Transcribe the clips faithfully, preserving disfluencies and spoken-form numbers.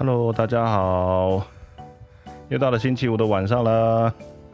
Hello， 大家好，又到了星期五的晚上了。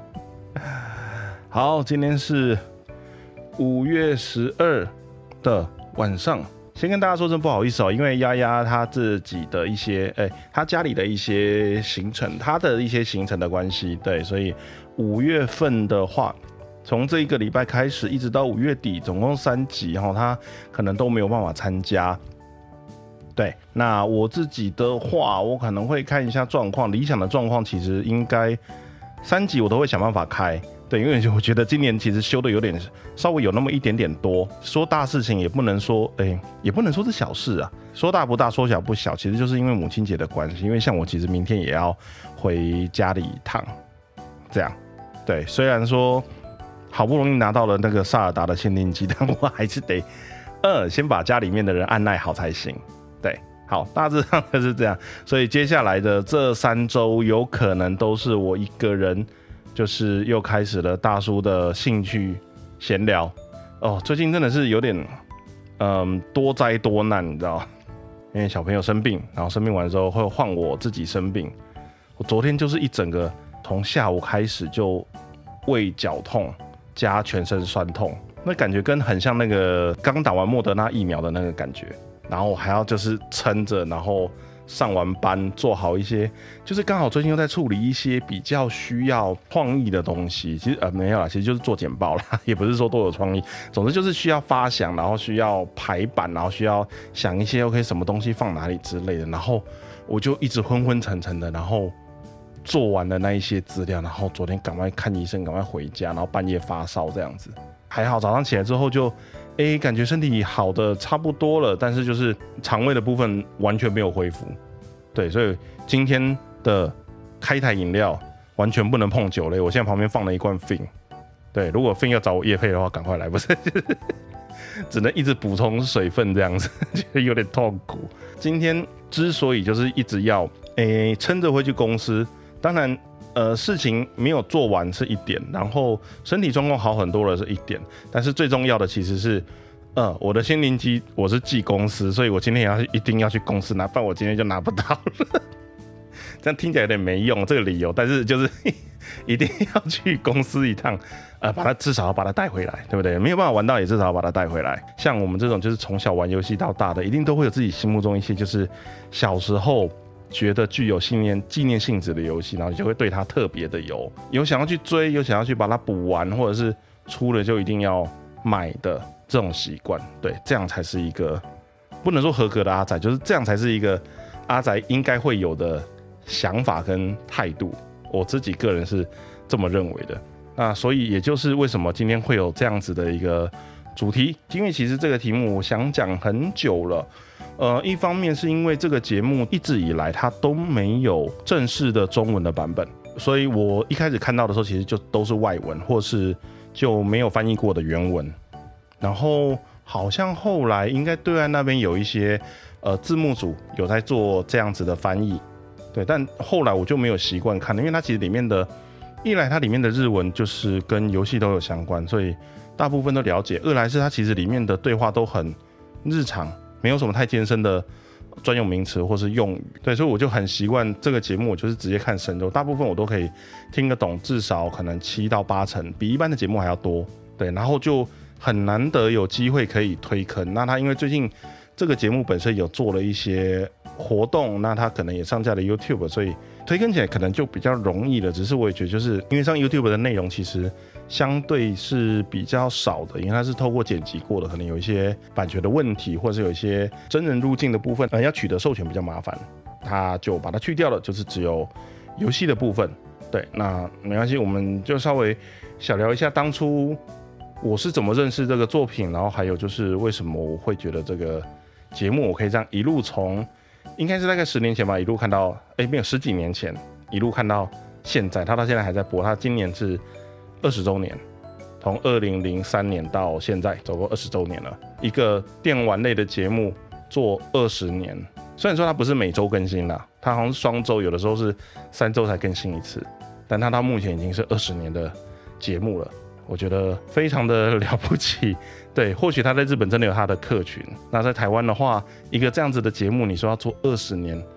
好，今天是五月十二的晚上。先跟大家说声不好意思哦，因为丫丫她自己的一些，哎、欸，她家里的一些行程，她的一些行程的关系，对，所以五月份的话，从这一个礼拜开始，一直到五月底，总共三集哈，她可能都没有办法参加。对，那我自己的话，我可能会看一下状况，理想的状况其实应该三集我都会想办法开。对，因为我觉得今年其实修的有点稍微有那么一点点多，说大事情也不能说，哎、欸，也不能说是小事啊，说大不大，说小不小，其实就是因为母亲节的关系，因为像我其实明天也要回家里一趟，这样，对，虽然说好不容易拿到了那个萨尔达的限定机，但我还是得，呃，先把家里面的人按捺好才行。对，好，大致上就是这样，所以接下来的这三周有可能都是我一个人，就是又开始了大叔的兴趣闲聊哦。最近真的是有点，嗯，多灾多难，你知道，因为小朋友生病，然后生病完之后会换我自己生病。我昨天就是一整个从下午开始就胃绞痛加全身酸痛，那感觉跟很像那个刚打完莫德纳疫苗的那个感觉。然后我还要就是撑着，然后上完班做好一些，就是刚好最近又在处理一些比较需要创意的东西。其实呃没有啦，其实就是做简报啦，也不是说多有创意。总之就是需要发想，然后需要排版，然后需要想一些 OK 什么东西放哪里之类的。然后我就一直昏昏沉沉的，然后做完了那一些资料，然后昨天赶快看医生，赶快回家，然后半夜发烧这样子。还好早上起来之后就。欸，感觉身体好的差不多了，但是就是肠胃的部分完全没有恢复。对，所以今天的开台饮料完全不能碰酒类。我现在旁边放了一罐 Fin， 对，如果 Fin 要找我业配的话，赶快来，不是，只能一直补充水分这样子，觉得有点痛苦。今天之所以就是一直要欸撑着回去公司，当然。呃，事情没有做完是一点，然后身体状况好很多了是一点，但是最重要的其实是，呃，我的心灵机我是寄公司，所以我今天也要一定要去公司拿，不然我今天就拿不到了。这样听起来有点没用这个理由，但是就是一定要去公司一趟，呃，把它至少要把它带回来，对不对？没有办法玩到，也至少要把它带回来。像我们这种就是从小玩游戏到大的，一定都会有自己心目中一些就是小时候。觉得具有纪念纪念性质的游戏，然后你就会对它特别的有有想要去追，有想要去把它补完，或者是出了就一定要买的这种习惯。对，这样才是一个不能说合格的阿宅，就是这样才是一个阿宅应该会有的想法跟态度。我自己个人是这么认为的。那所以也就是为什么今天会有这样子的一个主题，因为其实这个题目我想讲很久了。呃，一方面是因为这个节目一直以来它都没有正式的中文的版本，所以我一开始看到的时候其实就都是外文，或是就没有翻译过的原文。然后好像后来应该对岸那边有一些呃字幕组有在做这样子的翻译，对，但后来我就没有习惯看，因为它其实里面的一来它里面的日文就是跟游戏都有相关，所以大部分都了解；二来是它其实里面的对话都很日常。没有什么太艰深的专用名词或是用语，对，所以我就很习惯这个节目，我就是直接看声优，大部分我都可以听得懂，至少可能七到八成，比一般的节目还要多，对，然后就很难得有机会可以推坑。那他因为最近这个节目本身有做了一些活动，那他可能也上架了 YouTube， 所以推坑起来可能就比较容易了。只是我也觉得，就是因为上 YouTube 的内容其实。相对是比较少的，因为它是透过剪辑过的，可能有一些版权的问题，或者是有一些真人入境的部分，呃，要取得授权比较麻烦，他就把它去掉了，就是只有游戏的部分。对，那没关系，我们就稍微小聊一下当初我是怎么认识这个作品，然后还有就是为什么我会觉得这个节目我可以这样一路从，应该是大概十年前吧，一路看到，哎，没有十几年前，一路看到现在，他到现在还在播，他今年是。二十周年，从二零零三年到现在，走过二十周年了。一个电玩类的节目做二十年，虽然说它不是每周更新啦，它好像是双周，有的时候是三周才更新一次，但它到目前已经是二十年的节目了，我觉得非常的了不起。对，或许他在日本真的有他的客群，那在台湾的话，一个这样子的节目，你说要做二十年，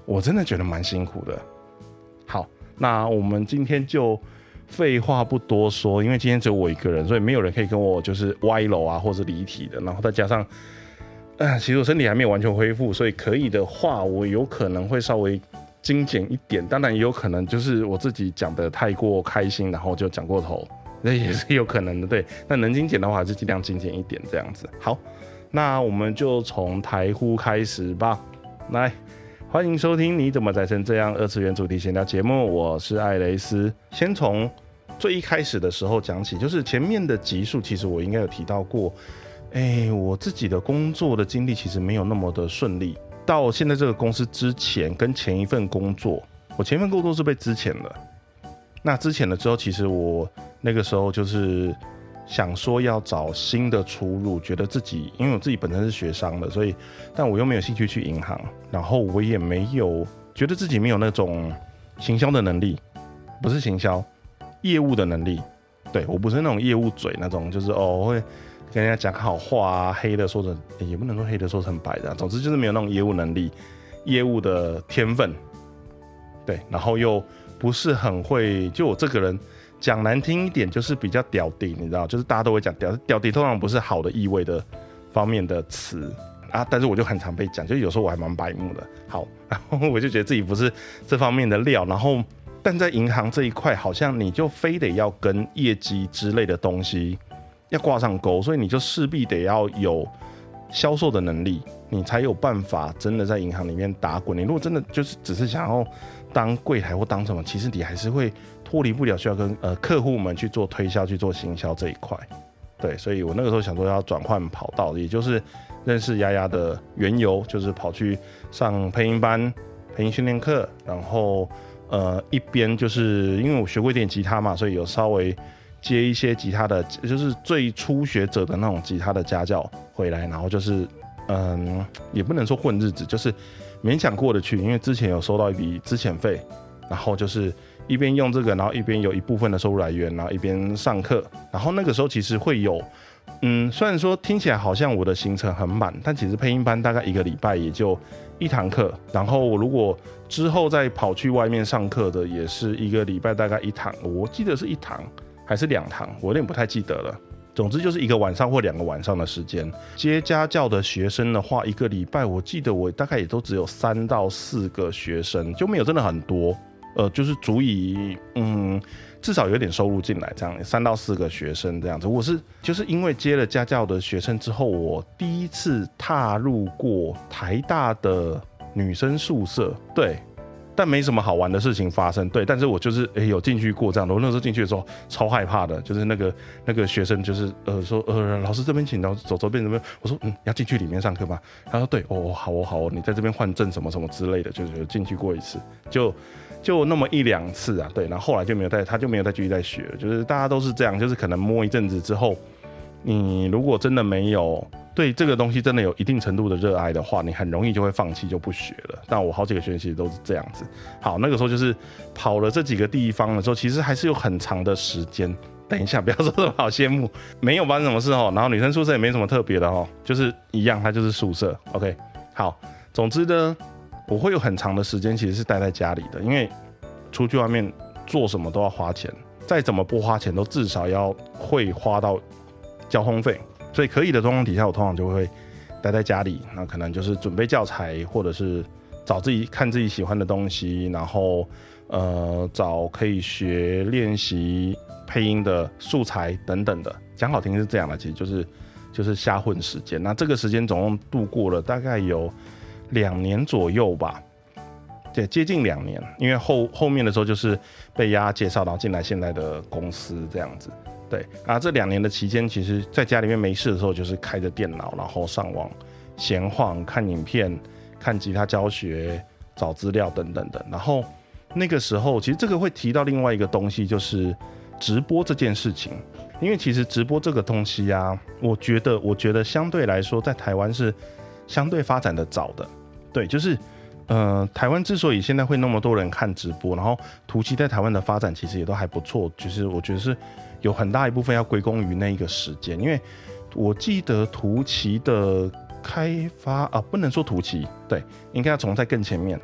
我真的觉得蛮辛苦的。好，那我们今天就废话不多说，因为今天只有我一个人，所以没有人可以跟我就是歪楼啊，或是离题的。然后再加上，呃，其实我身体还没有完全恢复，所以可以的话，我有可能会稍微精简一点。当然也有可能就是我自己讲的太过开心，然后就讲过头，那也是有可能的。对，那能精简的话，还是尽量精简一点这样子。好，那我们就从台呼开始吧。来，欢迎收听《你怎么宅成这样》二次元主题闲聊节目，我是艾雷斯。先从最一开始的时候讲起，就是前面的集数，其实我应该有提到过，哎，我自己的工作的经历其实没有那么的顺利。到现在这个公司之前，跟前一份工作，我前一份工作是被资遣了。那资遣了之后，其实我那个时候就是想说要找新的出路，觉得自己因为我自己本身是学商的，所以但我又没有兴趣去银行，然后我也没有觉得自己没有那种行销的能力，不是行销，业务的能力。对，我不是那种业务嘴那种，就是哦我会跟人家讲好话啊，黑的说成、欸、也不能说黑的说成白的、啊，总之就是没有那种业务能力、业务的天分。对，然后又不是很会，就我这个人。讲难听一点，就是比较屌地，你知道，就是大家都会讲屌屌地，通常不是好的意味的方面的词啊，但是我就很常被讲，就有时候我还蛮白目的。好，然后我就觉得自己不是这方面的料，然后但在银行这一块，好像你就非得要跟业绩之类的东西要挂上钩，所以你就势必得要有销售的能力，你才有办法真的在银行里面打滚。你如果真的就是只是想要当柜台或当什么，其实你还是会脱离不了需要跟呃客户们去做推销、去做行销这一块。对，所以我那个时候想说要转换跑道，也就是认识丫丫的缘由，就是跑去上配音班、配音训练课，然后呃一边就是因为我学过一点吉他嘛，所以有稍微接一些吉他的，就是最初学者的那种吉他的家教回来，然后就是嗯也不能说混日子，就是勉强过得去，因为之前有收到一笔资遣费，然后就是一边用这个，然后一边有一部分的收入来源，然后一边上课，然后那个时候其实会有，嗯，虽然说听起来好像我的行程很满，但其实配音班大概一个礼拜也就一堂课，然后我如果之后再跑去外面上课的，也是一个礼拜大概一堂，我记得是一堂还是两堂，我有点不太记得了。总之就是一个晚上或两个晚上的时间。接家教的学生的话，一个礼拜我记得我大概也都只有三到四个学生，就没有真的很多。呃，就是足以，嗯，至少有点收入进来，这样三到四个学生这样子。我是就是因为接了家教的学生之后，我第一次踏入过台大的女生宿舍，对，但没什么好玩的事情发生，对，但是我就是哎、欸、有进去过这样的。我那时候进去的时候超害怕的，就是那个那个学生就是呃说呃老师这边请，然后走走边这边，我说嗯要进去里面上课吗？他说对，哦好哦好哦，你在这边换证什么什么之类的，就是有进去过一次，就。就那么一两次啊，对，然后后来就没有再，他就没有再继续再学了，就是大家都是这样，就是可能摸一阵子之后，你如果真的没有对这个东西真的有一定程度的热爱的话，你很容易就会放弃就不学了。但我好几个学生其实都是这样子。好，那个时候就是跑了这几个地方的时候，其实还是有很长的时间。等一下，不要说这么好羡慕，没有发生什么事哦。然后女生宿舍也没什么特别的哦，就是一样，它就是宿舍。OK， 好，总之呢。我会有很长的时间其实是待在家里的，因为出去外面做什么都要花钱，再怎么不花钱都至少要会花到交通费，所以可以的状况底下，我通常就会待在家里，那可能就是准备教材，或者是找自己看自己喜欢的东西，然后呃找可以学练习配音的素材等等的，讲好听是这样的，其实就是就是瞎混时间。那这个时间总共度过了大概有两年左右吧，对，接近两年，因为后后面的时候就是被丫介绍到进来现在的公司这样子，对啊，这两年的期间，其实在家里面没事的时候，就是开着电脑，然后上网闲晃，看影片，看吉他教学，找资料等等的。然后那个时候，其实这个会提到另外一个东西，就是直播这件事情，因为其实直播这个东西啊，我觉得，我觉得相对来说，在台湾是相对发展的早的，对，就是，呃，台湾之所以现在会那么多人看直播，然后图奇在台湾的发展其实也都还不错，就是我觉得是有很大一部分要归功于那一个时间，因为我记得图奇的开发啊，不能说图奇，对，应该要从在更前面，图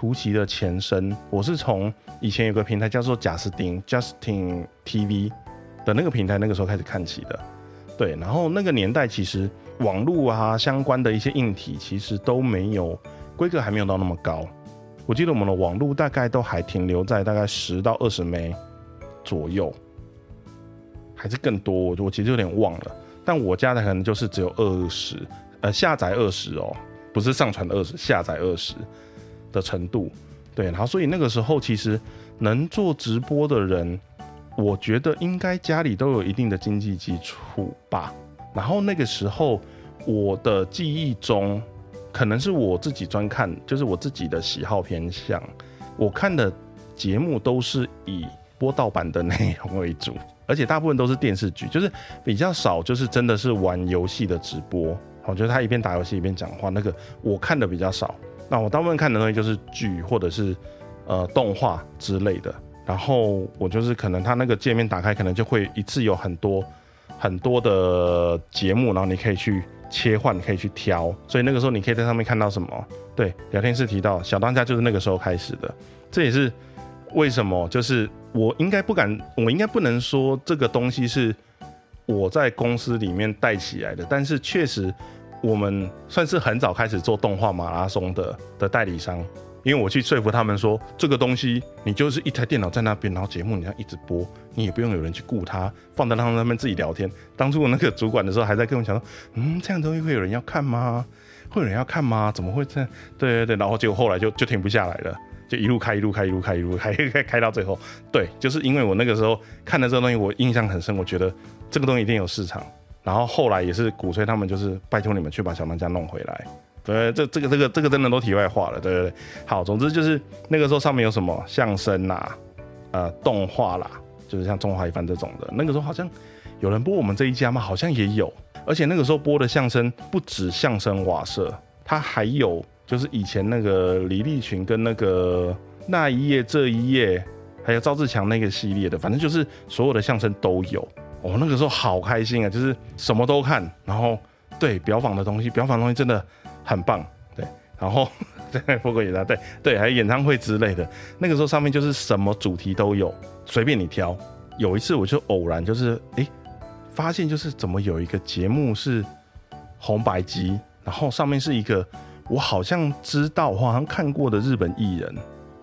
图奇的前身，我是从以前有个平台叫做贾斯汀 Justin T V 的那个平台，那个时候开始看起的。对，然后那个年代其实网络啊相关的一些硬体其实都没有规格还没有到那么高。我记得我们的网络大概都还停留在大概十到二十 M 左右，还是更多，我其实有点忘了。但我家的可能就是只有二十，呃，下载二十哦，不是上传二十，下载二十的程度。对，然后所以那个时候其实能做直播的人，我觉得应该家里都有一定的经济基础吧。然后那个时候我的记忆中，可能是我自己专看，就是我自己的喜好偏向，我看的节目都是以播盗版的内容为主，而且大部分都是电视剧，就是比较少就是真的是玩游戏的直播。我觉得他一边打游戏一边讲话，那个我看的比较少。那我大部分看的东西就是剧或者是呃动画之类的。然后我就是可能他那个界面打开，可能就会一次有很多很多的节目，然后你可以去切换，你可以去挑。所以那个时候你可以在上面看到什么？对，聊天室提到小当家就是那个时候开始的。这也是为什么，就是我应该不敢，我应该不能说这个东西是我在公司里面带起来的，但是确实我们算是很早开始做动画马拉松的的代理商。因为我去说服他们说，这个东西你就是一台电脑在那边，然后节目你这样一直播，你也不用有人去顾它，放在让他们自己聊天。当初我那个主管的时候还在跟我讲说，嗯，这样东西会有人要看吗？会有人要看吗？怎么会这样？对对对，然后结果后来就就停不下来了，就一路开一路开一路开一路开开开到最后。对，就是因为我那个时候看的这个东西，我印象很深，我觉得这个东西一定有市场。然后后来也是鼓吹他们，就是拜托你们去把小当家弄回来。对，这这个这个这个真的都题外话了，对对对。好，总之就是那个时候上面有什么相声啦，呃，动画啦，就是像中华一番这种的。那个时候好像有人播我们这一家吗？好像也有。而且那个时候播的相声不止相声瓦舍，它还有就是以前那个李立群跟那个那一夜这一夜，还有赵自强那个系列的，反正就是所有的相声都有。哦，那个时候好开心啊，就是什么都看，然后对表坊的东西，表坊的东西真的很棒，对，然后对佛国演唱，对对，还有演唱会之类的。那个时候上面就是什么主题都有，随便你挑。有一次我就偶然就是哎，发现就是怎么有一个节目是红白机，然后上面是一个我好像知道，我好像看过的日本艺人。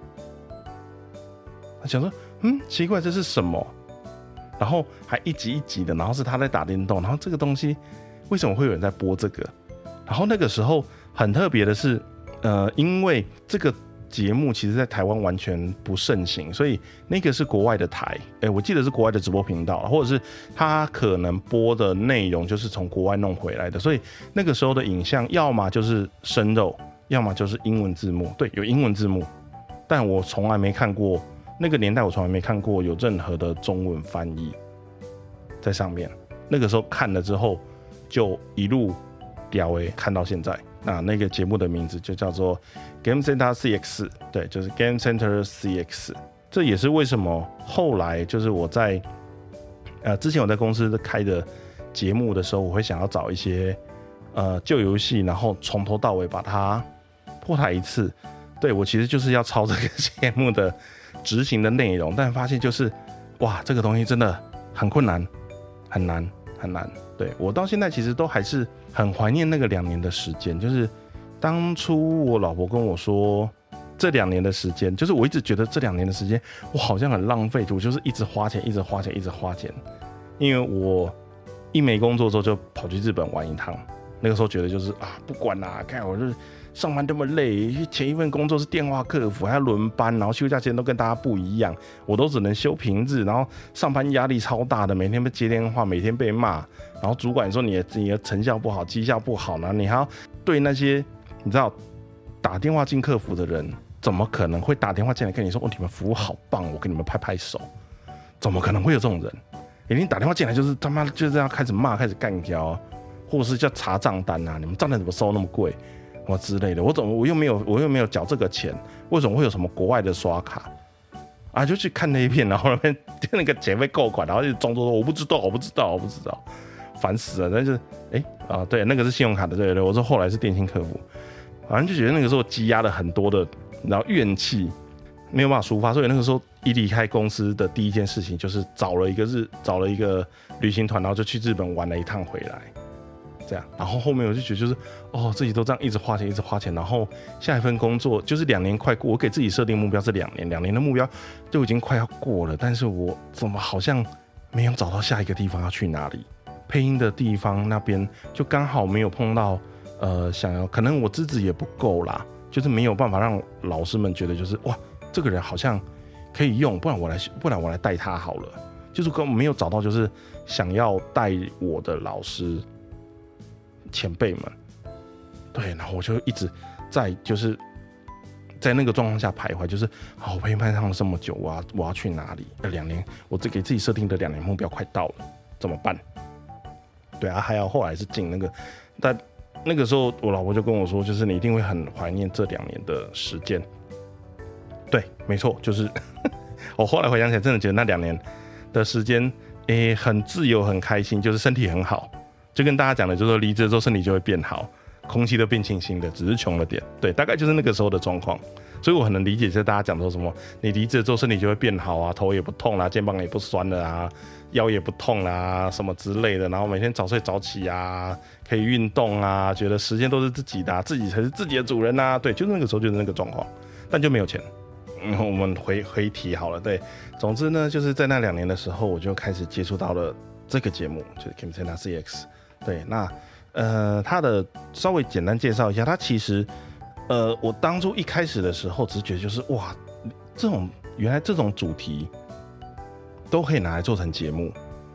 他想说，嗯，奇怪，这是什么？然后还一集一集的，然后是他在打电动，然后这个东西为什么会有人在播这个？然后那个时候很特别的是，呃，因为这个节目其实在台湾完全不盛行，所以那个是国外的台，哎，我记得是国外的直播频道，或者是他可能播的内容就是从国外弄回来的，所以那个时候的影像要么就是生肉，要么就是英文字幕，对，有英文字幕，但我从来没看过。那个年代我从来没看过有任何的中文翻译在上面。那个时候看了之后，就一路屌欸看到现在。那那个节目的名字就叫做 Game Center C X， 对，就是 Game Center C X。这也是为什么后来就是我在呃之前我在公司开的节目的时候，我会想要找一些呃旧游戏，然后从头到尾把它破台一次。对，我其实就是要抄这个节目的执行的内容，但发现就是哇，这个东西真的很困难，很难，很难。对，我到现在其实都还是很怀念那个两年的时间，就是当初我老婆跟我说这两年的时间，就是我一直觉得这两年的时间我好像很浪费，我就是一直花钱，一直花钱，一直花钱。因为我一没工作之后就跑去日本玩一趟，那个时候觉得就是啊，不管啦，看我就是上班这么累，前一份工作是电话客服，还要轮班，然后休假时间都跟大家不一样，我都只能休平日，然后上班压力超大的，每天被接电话，每天被骂，然后主管说你的你的成效不好，绩效不好呢，你还要对那些你知道打电话进客服的人，怎么可能会打电话进来跟你说哦，你们服务好棒，我给你们拍拍手？怎么可能会有这种人？一定打电话进来就是他妈就是要开始骂，开始干掉，或者是叫查账单啊，你们账单怎么收那么贵？什么之类的，我怎么我又没有我又没有缴这个钱，为什么会有什么国外的刷卡啊？就去看那一片，然后那边那个钱被扣款，然后就装作说我不知道，我不知道，我不知道，烦死了。但是哎、欸、啊，对，那个是信用卡的，对对对，我说后来是电信客服，反正就觉得那个时候积压了很多的然后怨气没有办法抒发，所以那个时候一离开公司的第一件事情就是找了一个日找了一个旅行团，然后就去日本玩了一趟回来，这样。然后后面我就觉得就是哦，自己都这样一直花钱一直花钱，然后下一份工作就是两年快过，我给自己设定目标是两年，两年的目标就已经快要过了，但是我怎么好像没有找到下一个地方要去哪里？配音的地方那边就刚好没有碰到，呃，想要可能我资质也不够啦，就是没有办法让老师们觉得就是哇，这个人好像可以用，不然我来，不然我来带他好了。就是根本没有找到就是想要带我的老师前辈们，对，然后我就一直在就是在那个状况下徘徊，就是好，我陪伴他们这么久，我要我要去哪里？两年，我这给自己设定的两年目标快到了，怎么办？对啊，还有后来是进那个，但那个时候我老婆就跟我说，就是你一定会很怀念这两年的时间。对，没错，就是我后来回想起来，真的觉得那两年的时间，诶，很自由，很开心，就是身体很好，就跟大家讲的，就是说离职之后身体就会变好，空气都变清新的，只是穷了点。对，大概就是那个时候的状况。所以我很能理解，就是大家讲说什么，你离职之后身体就会变好啊，头也不痛啦，肩膀也不酸了啊，腰也不痛啦，什么之类的，然后每天早睡早起啊，可以运动啊，觉得时间都是自己的、啊，自己才是自己的主人啊。对，就是那个时候就是那个状况，但就没有钱。嗯，我们回回题好了。对，总之呢，就是在那两年的时候，我就开始接触到了这个节目，就是 Kimtena C X。对，那呃，它的稍微简单介绍一下，它其实。呃，我当初一开始的时候，只是觉得就是哇，这种原来这种主题都可以拿来做成节目，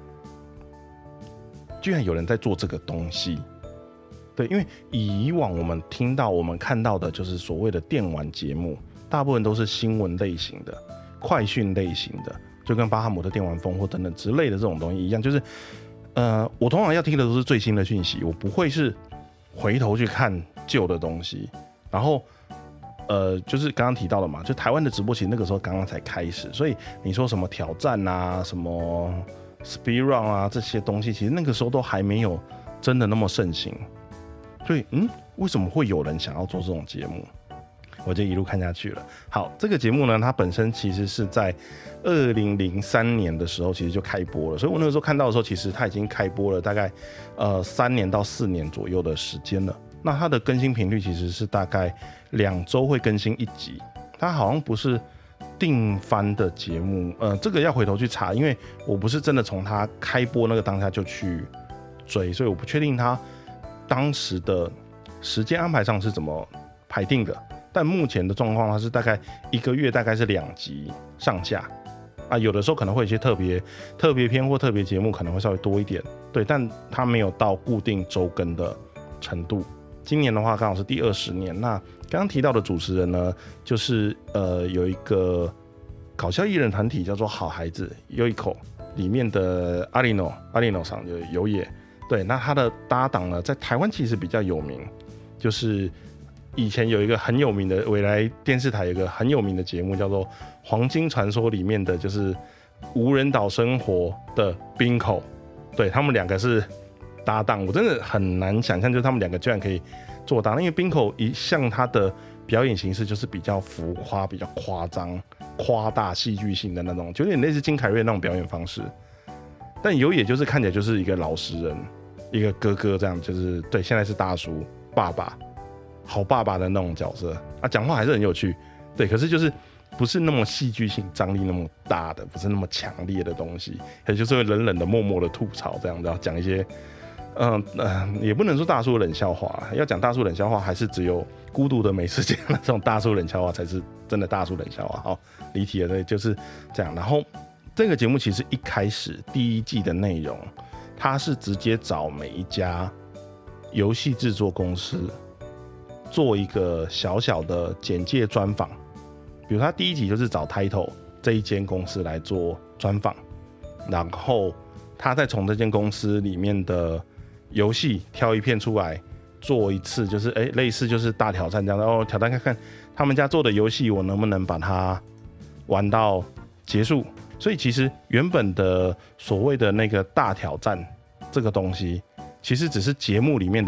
居然有人在做这个东西。对，因为以往我们听到、我们看到的就是所谓的电玩节目，大部分都是新闻类型的、快讯类型的，就跟巴哈姆特电玩风或等等之类的这种东西一样，就是呃，我通常要听的都是最新的讯息，我不会是回头去看旧的东西。然后，呃，就是刚刚提到的嘛，就台湾的直播其实那个时候刚刚才开始，所以你说什么挑战啊、什么 speed run 啊这些东西，其实那个时候都还没有真的那么盛行。所以，嗯，为什么会有人想要做这种节目？我就一路看下去了。好，这个节目呢，它本身其实是在二零零三年的时候其实就开播了，所以我那个时候看到的时候，其实它已经开播了大概呃三年到四年左右的时间了。那它的更新频率其实是大概两周会更新一集，它好像不是定番的节目，呃，这个要回头去查，因为我不是真的从它开播那个当下就去追，所以我不确定它当时的时间安排上是怎么排定的。但目前的状况，它是大概一个月大概是两集上架啊，有的时候可能会有一些特别特别篇或特别节目可能会稍微多一点，对，但它没有到固定周更的程度。今年的话刚好是第二十年，那刚刚提到的主持人呢，就是呃有一个搞笑艺人团体叫做好孩子 Yoiko 里面的阿里诺阿里诺上就有野，对，那他的搭档呢，在台湾其实比较有名，就是以前有一个很有名的未来电视台有一个很有名的节目叫做《黄金传说》里面的就是无人岛生活的冰口，对，他们两个是搭档，我真的很难想象，就是他们两个居然可以做搭档，因为冰口一向他的表演形式就是比较浮夸、比较夸张、夸大、戏剧性的那种，就有点类似金凯瑞那种表演方式。但有野就是看起来就是一个老实人，一个哥哥这样，就是对，现在是大叔、爸爸、好爸爸的那种角色啊，讲话还是很有趣，对，可是就是不是那么戏剧性、张力那么大的，不是那么强烈的东西，也就是会冷冷的、默默的吐槽这样，然后讲一些。嗯呃，也不能说大叔冷笑话，要讲大叔冷笑话，还是只有孤独的美食家那种大叔冷笑话才是真的大叔冷笑话。好，离题了，对，就是这样。然后这个节目其实一开始第一季的内容，它是直接找每一家游戏制作公司做一个小小的简介专访，比如他第一集就是找 Title 这一间公司来做专访，然后他再从这间公司里面的游戏挑一片出来做一次，就是哎、欸，类似就是大挑战这样的哦，挑战看看他们家做的游戏我能不能把它玩到结束。所以其实原本的所谓的那个大挑战这个东西，其实只是节目里面的一个小企划，它并不是真的是这个节目的本身。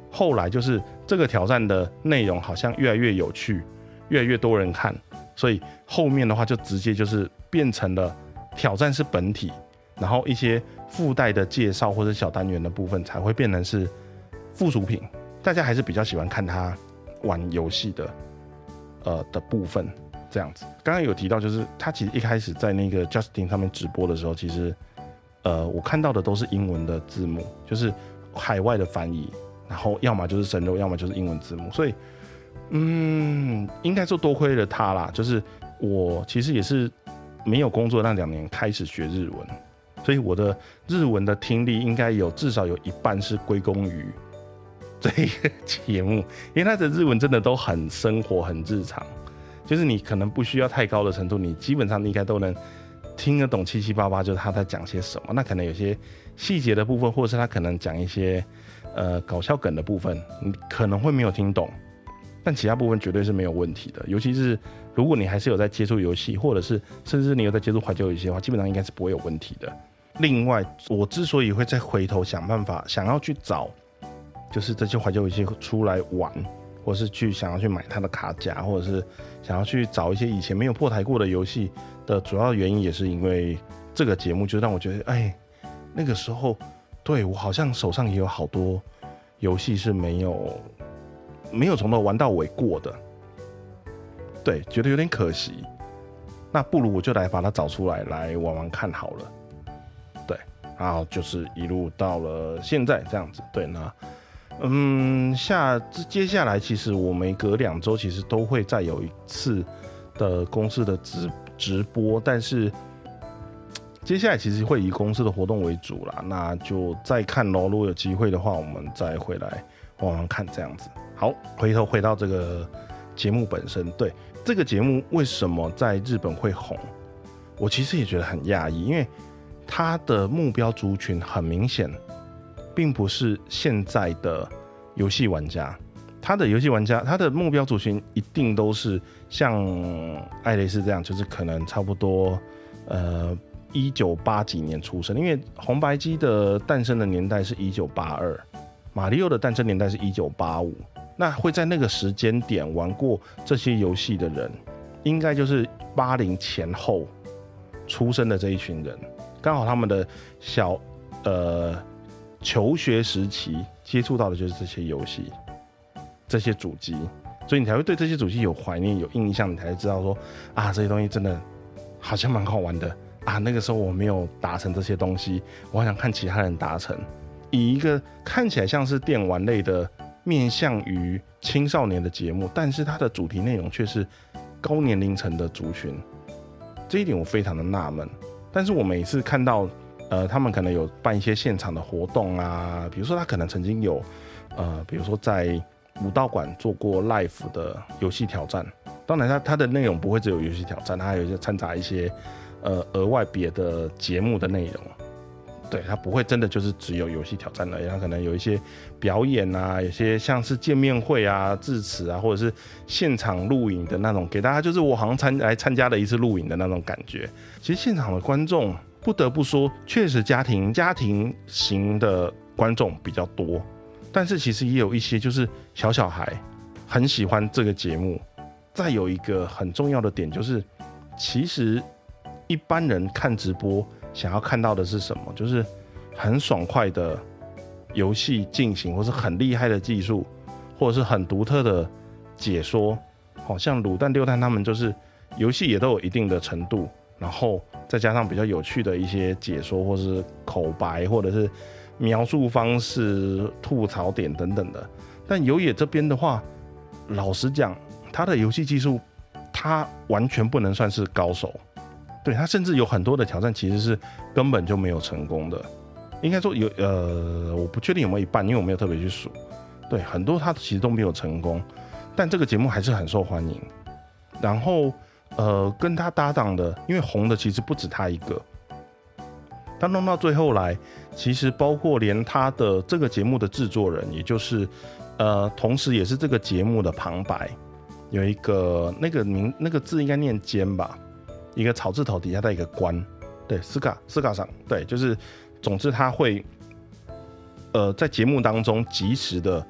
后来就是这个挑战的内容好像越来越有趣，越来越多人看，所以后面的话就直接就是变成了挑战是本体，然后一些附带的介绍或者小单元的部分才会变成是附属品。大家还是比较喜欢看他玩游戏的呃的部分这样子。刚刚有提到，就是他其实一开始在那个 Justin 上面直播的时候，其实呃我看到的都是英文的字幕，就是海外的翻译，然后要么就是生肉，要么就是英文字幕，所以嗯，应该说多亏了他啦。就是我其实也是没有工作那两年开始学日文，所以我的日文的听力应该有至少有一半是归功于这个节目，因为他的日文真的都很生活、很日常，就是你可能不需要太高的程度，你基本上应该都能听得懂七七八八，就是他在讲些什么。那可能有些细节的部分，或者是他可能讲一些呃搞笑梗的部分，你可能会没有听懂，但其他部分绝对是没有问题的。尤其是如果你还是有在接触游戏，或者是甚至你有在接触怀旧游戏的话，基本上应该是不会有问题的。另外，我之所以会再回头想办法，想要去找就是这些怀旧游戏出来玩，或是去想要去买它的卡夹，或者是想要去找一些以前没有破台过的游戏的主要原因，也是因为这个节目就让我觉得，哎，那个时候对我好像手上也有好多游戏是没有没有从头玩到尾过的，对，觉得有点可惜。那不如我就来把它找出来，来玩玩看好了。对，然后就是一路到了现在这样子。对，那嗯，下接下来其实我每隔两周其实都会再有一次的公司的直直播，但是接下来其实会以公司的活动为主啦，那就再看咯，如果有机会的话，我们再回来玩玩看这样子。好，回头回到这个节目本身，对这个节目为什么在日本会红，我其实也觉得很讶异，因为它的目标族群很明显。并不是现在的游戏玩家，他的游戏玩家，他的目标族群一定都是像艾蕾丝这样，就是可能差不多呃一九八几年出生，因为红白机的诞生的年代是一九八二，马里奥的诞生年代是一九八五，那会在那个时间点玩过这些游戏的人，应该就是八零前后出生的这一群人，刚好他们的小呃。求学时期接触到的就是这些游戏，这些主机，所以你才会对这些主机有怀念、有印象，你才会知道说啊，这些东西真的好像蛮好玩的啊。那个时候我没有达成这些东西，我好想看其他人达成。以一个看起来像是电玩类的、面向于青少年的节目，但是它的主题内容却是高年龄层的族群，这一点我非常的纳闷。但是我每次看到。呃，他们可能有办一些现场的活动啊，比如说他可能曾经有，呃，比如说在武道馆做过 live 的游戏挑战。当然他，他的内容不会只有游戏挑战，他还有一些掺杂一些呃额外别的节目的内容。对，他不会真的就是只有游戏挑战而已，他可能有一些表演啊，有些像是见面会啊、致辞啊，或者是现场录影的那种，给大家就是我好像参来参加了一次录影的那种感觉。其实现场的观众。不得不说，确实家庭家庭型的观众比较多，但是其实也有一些就是小小孩很喜欢这个节目。再有一个很重要的点就是，其实一般人看直播想要看到的是什么？就是很爽快的游戏进行，或是很厉害的技术，或者是很独特的解说。好像卤蛋六蛋他们就是游戏也都有一定的程度。然后再加上比较有趣的一些解说，或是口白，或者是描述方式、吐槽点等等的。但有野这边的话，老实讲，他的游戏技术，他完全不能算是高手。对，他甚至有很多的挑战其实是根本就没有成功的。应该说有呃，我不确定有没有一半，因为我没有特别去数。对，很多他其实都没有成功，但这个节目还是很受欢迎。然后。呃，跟他搭档的，因为红的其实不止他一个，他弄到最后来，其实包括连他的这个节目的制作人，也就是呃，同时也是这个节目的旁白，有一个那个名那个字应该念尖吧，一个草字头底下带一个关，对，斯卡斯卡上，对，就是总之他会呃在节目当中及时的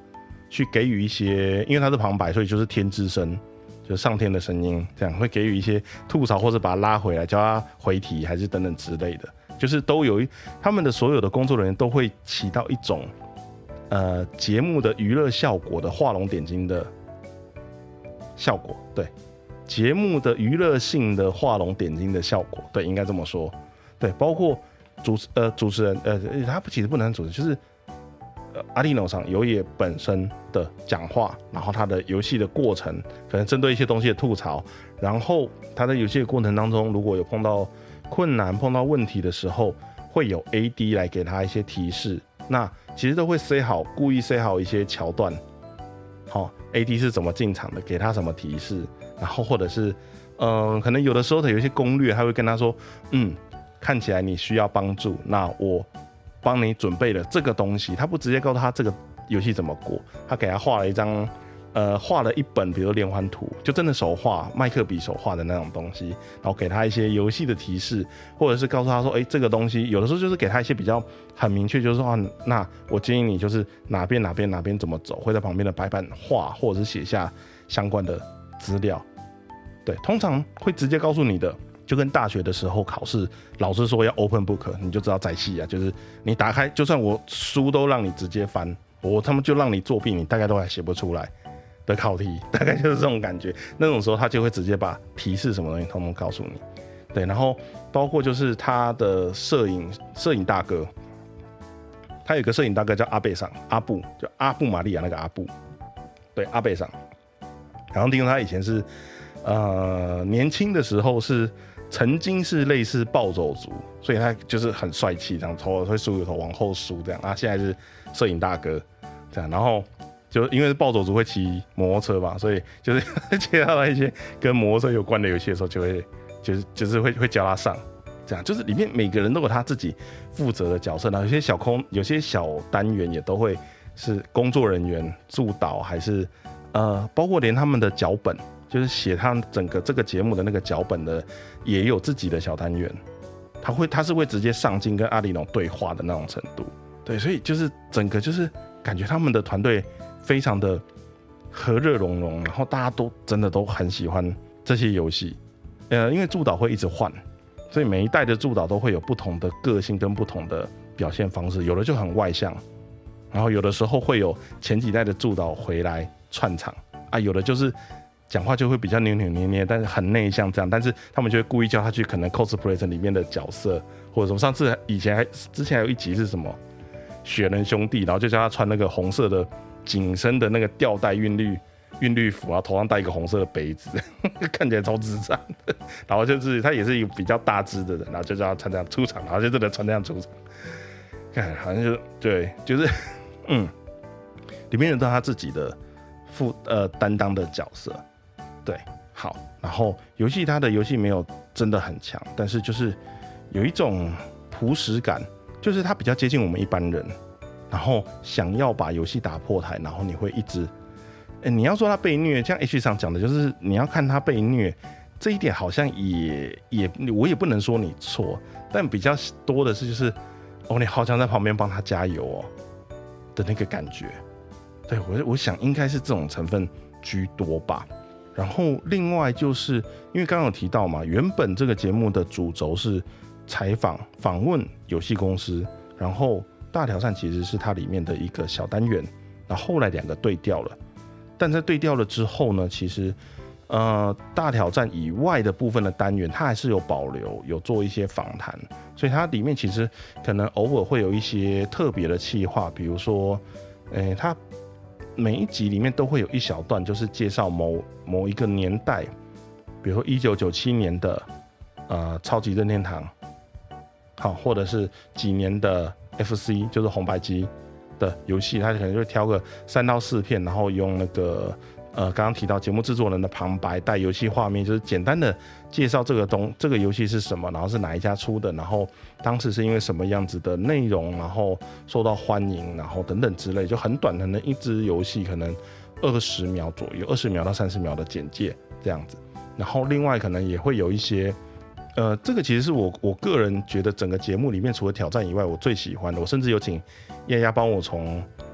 去给予一些，因为它是旁白，所以就是天之声，就是上天的声音，这样会给予一些吐槽，或者把他拉回来，叫他回题，还是等等之类的，就是都有一他们的所有的工作人员都会起到一种呃节目的娱乐效果的画龙点睛的效果，对，节目的娱乐性的画龙点睛的效果，对，应该这么说，对，包括主呃主持人呃他其实不能主持，就是呃阿迪诺上有野本身的讲话，然后他的游戏的过程，可能针对一些东西的吐槽，然后他在游戏的过程当中，如果有碰到困难、碰到问题的时候，会有 A D 来给他一些提示，那其实都会 say 好，故意 say 好一些桥段。好、哦、，A D 是怎么进场的，给他什么提示，然后或者是，嗯、呃，可能有的时候他有一些攻略，他会跟他说，嗯，看起来你需要帮助，那我帮你准备了这个东西，他不直接告诉他这个游戏怎么过，他给他画了一张，呃，画了一本，比如连环图，就真的手画，麦克笔手画的那种东西，然后给他一些游戏的提示，或者是告诉他说，哎、欸，这个东西有的时候就是给他一些比较很明确，就是说，啊，那我建议你就是哪边哪边哪边怎么走，会在旁边的白板画，或者是写下相关的资料。对，通常会直接告诉你的，就跟大学的时候考试，老师说要 open book， 你就知道在戏啊，就是你打开，就算我书都让你直接翻，我他们就让你作弊，你大概都还写不出来的考题，大概就是这种感觉。那种时候他就会直接把提示什么东西通通告诉你。对，然后包括就是他的摄影摄影大哥，他有一个摄影大哥叫阿贝桑阿布，就阿布玛利亚那个阿布，对，阿贝桑。然后听说他以前是呃年轻的时候是曾经是类似暴走族，所以他就是很帅气，这样头会梳头往后梳这样。啊，现在是摄影大哥这样，然后就因为暴走族会骑摩托车吧，所以就是接到了一些跟摩托车有关的游戏的时候，就会就是就是会会教他上。这样就是里面每个人都有他自己负责的角色，然后有些小空有些小单元也都会是工作人员、助导，还是呃，包括连他们的脚本，就是写他们整个这个节目的那个脚本的，也有自己的小单元。他会他是会直接上镜跟阿里农对话的那种程度，对，所以就是整个就是感觉他们的团队非常的和热融融，然后大家都真的都很喜欢这些游戏，呃，因为助导会一直换。所以每一代的助导都会有不同的个性跟不同的表现方式，有的就很外向，然后有的时候会有前几代的助导回来串场啊，有的就是讲话就会比较扭扭捏捏，但是很内向这样，但是他们就会故意叫他去可能 cosplay 里面的角色，或者什么。上次以前还之前还有一集是什么雪人兄弟，然后就叫他穿那个红色的紧身的那个吊带韵律。韵律服，然后头上戴一个红色的杯子，看起来超智障的。然后就是他也是一个比较大只的人，然后就叫他穿这样出场，然后就真的穿这样出场。看，好像就对，就是嗯，里面人都有他自己的负呃担当的角色。对，好，然后游戏它的游戏没有真的很强，但是就是有一种朴实感，就是它比较接近我们一般人，然后想要把游戏打破台，然后你会一直。欸、你要说他被虐，像 H 上讲的，就是你要看他被虐这一点，好像也也我也不能说你错，但比较多的是就是哦，你好像在旁边帮他加油哦的那个感觉。对，我我想应该是这种成分居多吧。然后另外就是因为刚刚有提到嘛，原本这个节目的主轴是采访访问游戏公司，然后大挑战其实是它里面的一个小单元，然后后来两个对调了。但在对调了之后呢，其实，呃，大挑战以外的部分的单元，它还是有保留，有做一些访谈，所以它里面其实可能偶尔会有一些特别的企划，比如说，诶、欸，它每一集里面都会有一小段，就是介绍某某一个年代，比如说一九九七年的呃超级任天堂，好，或者是几年的 F C， 就是红白机。的游戏，他可能就会挑个三到四片，然后用那个呃刚刚提到节目制作人的旁白带游戏画面，就是简单的介绍这个东这个游戏是什么，然后是哪一家出的，然后当时是因为什么样子的内容，然后受到欢迎，然后等等之类，就很短的一支游戏，可能二十秒左右，二十秒到三十秒的简介这样子。然后另外可能也会有一些。呃，这个其实是我我个人觉得整个节目里面除了挑战以外，我最喜欢的。我甚至有请丫丫帮我从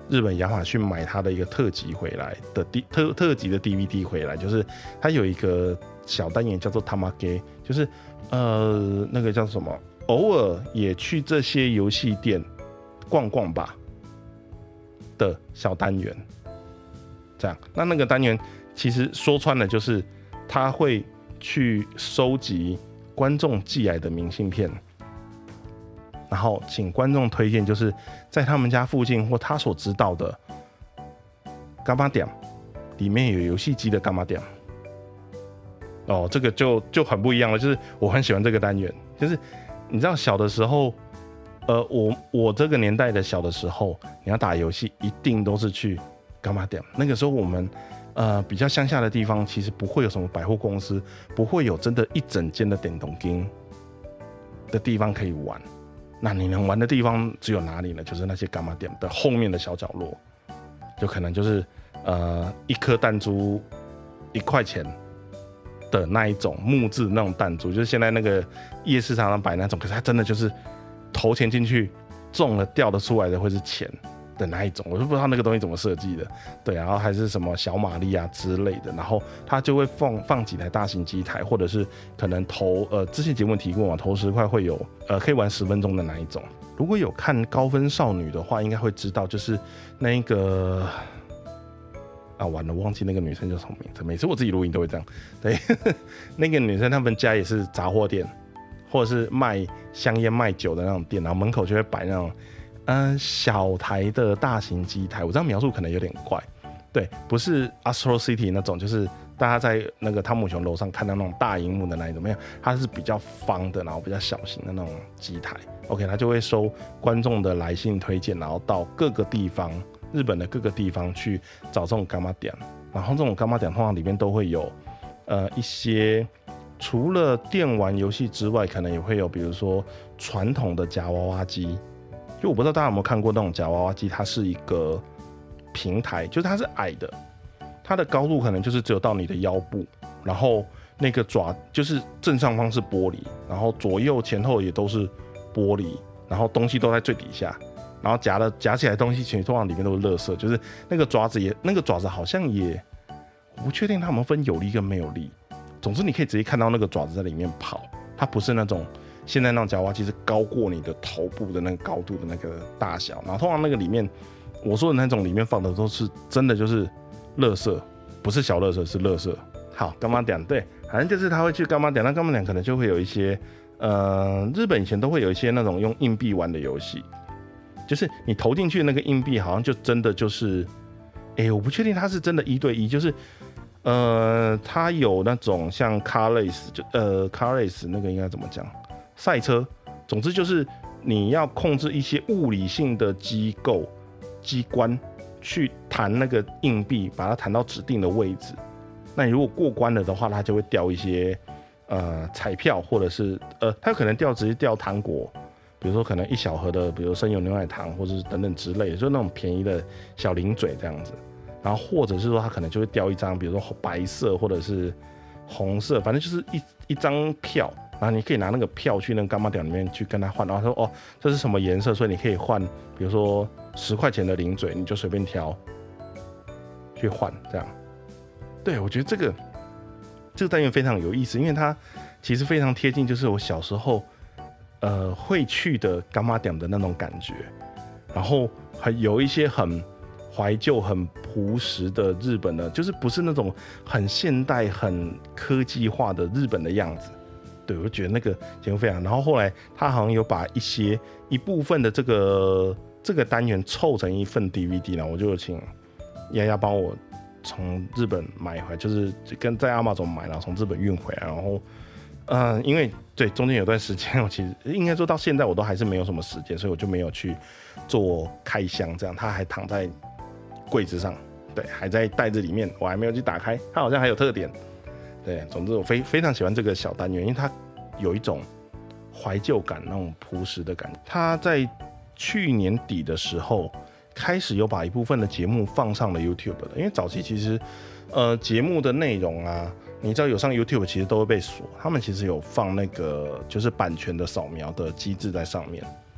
日本亚马逊买它的一个特辑回来的特特辑的 D V D 回来，就是它有一个小单元叫做 Tamage， 就是呃那个叫什么，偶尔也去这些游戏店逛逛吧的小单元。这样，那那个单元其实说穿了就是他会去收集观众寄来的明信片，然后请观众推荐，就是在他们家附近或他所知道的柑仔店里面有游戏机的柑仔店。哦，这个就就很不一样了，就是我很喜欢这个单元，就是你知道小的时候，呃，我我这个年代的小的时候，你要打游戏一定都是去柑仔店。那个时候我们呃比较乡下的地方，其实不会有什么百货公司，不会有真的一整间的电动厅的地方可以玩。那你能玩的地方只有哪里呢？就是那些柑仔店的后面的小角落，就可能就是呃一颗弹珠一块钱的那一种木质那种弹珠，就是现在那个夜市常常摆那种，可是它真的就是投钱进去中了掉的出来的会是钱的那一种，我就不知道那个东西怎么设计的。对，然后还是什么小玛丽啊之类的，然后它就会放放几台大型机台，或者是可能投呃之前节目提过嘛，投十块会有呃可以玩十分钟的那一种。如果有看高分少女的话，应该会知道，就是那一个啊，完了忘记那个女生叫什么名字，每次我自己录音都会这样。对，那个女生他们家也是杂货店，或者是卖香烟卖酒的那种店，然后门口就会摆那种嗯、呃、小台的大型机台。我这样描述可能有点怪，对，不是 Astro City 那种，就是大家在那个汤姆熊楼上看到那种大萤幕的那一种，没有，它是比较方的，然后比较小型的那种机台。OK， 它就会收观众的来信推荐，然后到各个地方，日本的各个地方去找这种柑仔店。然后这种柑仔店通常里面都会有呃一些除了电玩游戏之外，可能也会有比如说传统的夹娃娃机。就我不知道大家有没有看过那种夹娃娃机，它是一个平台，就是它是矮的，它的高度可能就是只有到你的腰部，然后那个爪就是正上方是玻璃，然后左右前后也都是玻璃，然后东西都在最底下，然后夹了夹起来的东西其实通常里面都是垃圾，就是那个爪子也那个爪子好像也我不确定它有没有分有力跟没有力，总之你可以直接看到那个爪子在里面跑，它不是那种现在那种夹娃娃机是高过你的头部的那个高度的那个大小，然后通常那个里面我说的那种里面放的都是真的就是垃圾，不是小垃圾是垃圾。好，柑仔店对，反正就是他会去柑仔店，那柑仔店可能就会有一些呃日本以前都会有一些那种用硬币玩的游戏，就是你投进去的那个硬币好像就真的就是哎、欸，我不确定它是真的一对一，就是呃它有那种像 car race 就呃 car race 那个应该怎么讲赛车，总之就是你要控制一些物理性的机构机关去弹那个硬币，把它弹到指定的位置。那你如果过关了的话，它就会掉一些呃彩票，或者是呃它可能掉直接掉糖果，比如说可能一小盒的，比如生油牛奶糖，或者是等等之类的，就是那种便宜的小零嘴这样子。然后或者是说它可能就会掉一张，比如说白色或者是红色，反正就是一一张票。然后你可以拿那个票去那个柑仔店里面去跟他换，然后他说哦这是什么颜色，所以你可以换，比如说十块钱的零嘴，你就随便挑去换这样。对，我觉得这个这个单元非常有意思，因为它其实非常贴近就是我小时候呃会去的柑仔店的那种感觉，然后还有一些很怀旧很朴实的日本的，就是不是那种很现代很科技化的日本的样子。对，我就觉得那个节目非常，然后后来他好像有把一些一部分的这个这个单元凑成一份 D V D， 然后我就请丫丫帮我从日本买回来，就是跟在 Amazon 买，然后从日本运回来，然后嗯、呃，因为对中间有段时间我其实应该说到现在我都还是没有什么时间，所以我就没有去做开箱，这样它还躺在柜子上，对，还在袋子里面，我还没有去打开，它好像还有特点。对，总之我非非常喜欢这个小单元，因为它有一种怀旧感，那种朴实的感觉。它在去年底的时候开始有把一部分的节目放上了 YouTube 了，因为早期其实呃节目的内容啊，你知道有上 YouTube 其实都会被锁，他们其实有放那个就是版权的扫描的机制在上面，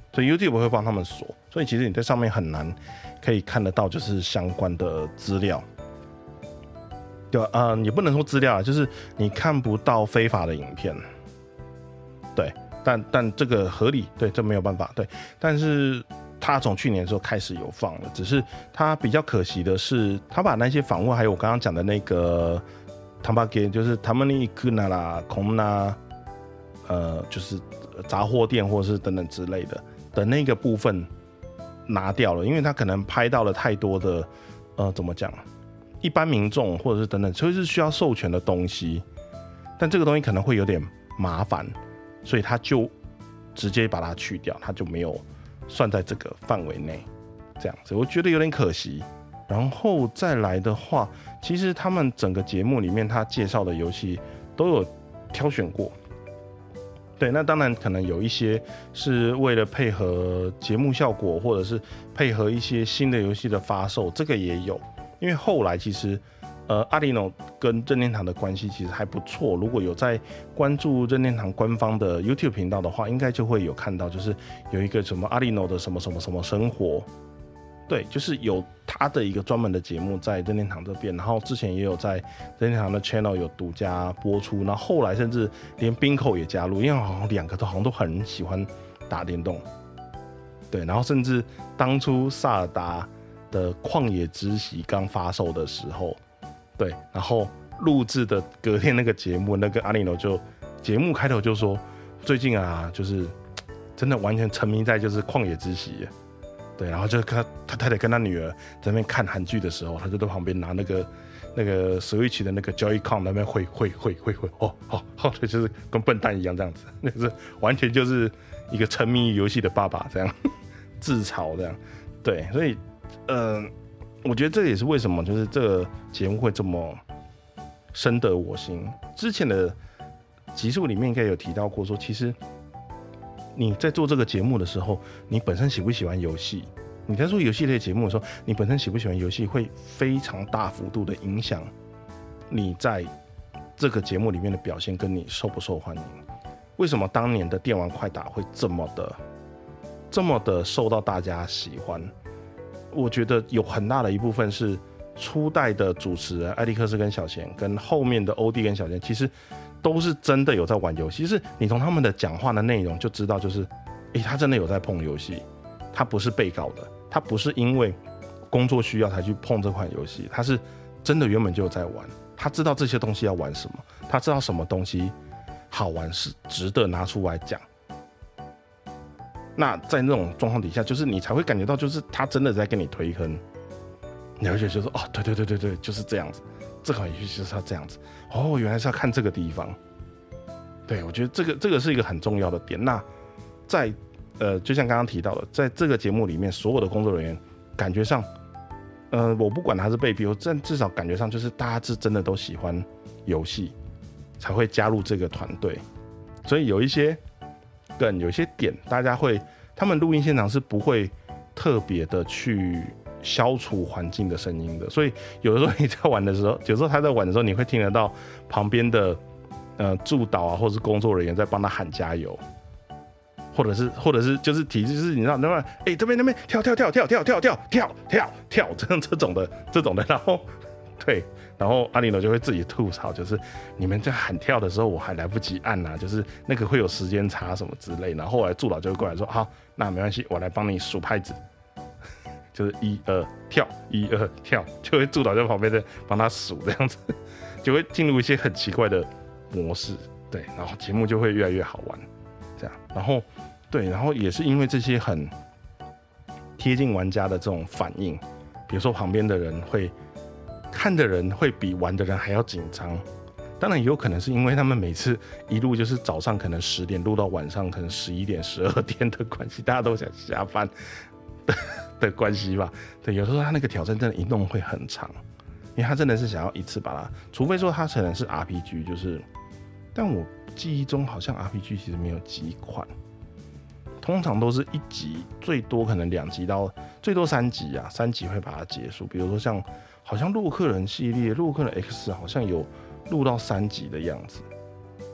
所以 YouTube 会帮他们锁，所以其实你在上面很难可以看得到就是相关的资料，对吧？呃，也不能说资料啊，就是你看不到非法的影片，对，但但这个合理，对，这没有办法，对，但是他从去年的时候开始有放了，只是他比较可惜的是，他把那些访问还有我刚刚讲的那个汤巴给，就是他们那库那啦、空那，呃，就是杂货店或者是等等之类的。的那个部分拿掉了，因为他可能拍到了太多的，呃，怎么讲，一般民众或者是等等，所以是需要授权的东西，但这个东西可能会有点麻烦，所以他就直接把它去掉，他就没有算在这个范围内，这样子，我觉得有点可惜。然后再来的话，其实他们整个节目里面他介绍的游戏都有挑选过。对，那当然可能有一些是为了配合节目效果，或者是配合一些新的游戏的发售，这个也有。因为后来其实，呃，阿里诺跟任天堂的关系其实还不错。如果有在关注任天堂官方的 YouTube 频道的话，应该就会有看到，就是有一个什么阿里诺的什么什么什么生活。对，就是有他的一个专门的节目在任天堂这边，然后之前也有在任天堂的 channel 有独家播出，然后后来甚至连冰口也加入，因为好像两个都好像都很喜欢打电动，对，然后甚至当初萨尔达的旷野之息刚发售的时候，对，然后录制的隔天那个节目，那个阿里诺就节目开头就说，最近啊，就是真的完全沉迷在就是旷野之息。对，然后就他他太太跟他女儿在那边看韩剧的时候，他就在旁边拿那个那个 Switch 的那个 Joy-Con 那边挥挥挥挥挥，哦哦哦，对，就是跟笨蛋一样这样子，那是完全就是一个沉迷于游戏的爸爸这样自嘲这样。对，所以呃，我觉得这也是为什么就是这个节目会这么深得我心。之前的集数里面应该有提到过说，其实你在做这个节目的时候，你本身喜不喜欢游戏？你在做游戏类节目的时候，你本身喜不喜欢游戏，会非常大幅度的影响你在这个节目里面的表现，跟你受不受欢迎。为什么当年的电玩快打会这么的、这么的受到大家喜欢？我觉得有很大的一部分是初代的主持人艾利克斯跟小贤，跟后面的欧弟跟小贤，其实都是真的有在玩游戏，就是你从他们的讲话的内容就知道，就是，诶，他真的有在碰游戏，他不是被搞的，他不是因为工作需要才去碰这款游戏，他是真的原本就有在玩，他知道这些东西要玩什么，他知道什么东西好玩是值得拿出来讲。那在那种状况底下，就是你才会感觉到，就是他真的在跟你推坑，你会觉得就是哦，对对对对对，就是这样子。这款游戏就是要这样子哦，原来是要看这个地方。对，我觉得这个这个是一个很重要的点。那在呃，就像刚刚提到的，在这个节目里面，所有的工作人员感觉上，呃，我不管他是被逼，我至少感觉上就是大家是真的都喜欢游戏，才会加入这个团队。所以有一些梗，有一些点，大家会，他们录音现场是不会特别的去消除环境的声音的，所以有的时候你在玩的时候，有时候他在玩的时候，你会听得到旁边的呃助导啊，或者是工作人员在帮他喊加油，或者是或者是就是提示，就是你知道那边哎这边那边跳跳跳跳跳跳跳跳跳跳这样这种的这种的，然后对，然后阿里诺就会自己吐槽，就是你们在喊跳的时候，我还来不及按啊，就是那个会有时间差什么之类的，然后后来助导就会过来说，好，那没关系，我来帮你数拍子。就是一二跳，一二跳，就会助导在旁边的帮他数，这样子就会进入一些很奇怪的模式，对，然后节目就会越来越好玩，这样，然后对，然后也是因为这些很贴近玩家的这种反应，比如说旁边的人会看的人会比玩的人还要紧张，当然也有可能是因为他们每次一路就是早上可能十点录到晚上可能十一点、十二点的关系，大家都想下班的关系吧。对，有时候他那个挑战真的一弄会很长，因为他真的是想要一次把它，除非说他可能是 R P G， 就是，但我记忆中好像 R P G 其实没有几款，通常都是一集最多可能两集到最多三集啊，三集会把它结束。比如说像好像洛克人系列，洛克人 X 好像有录到三集的样子。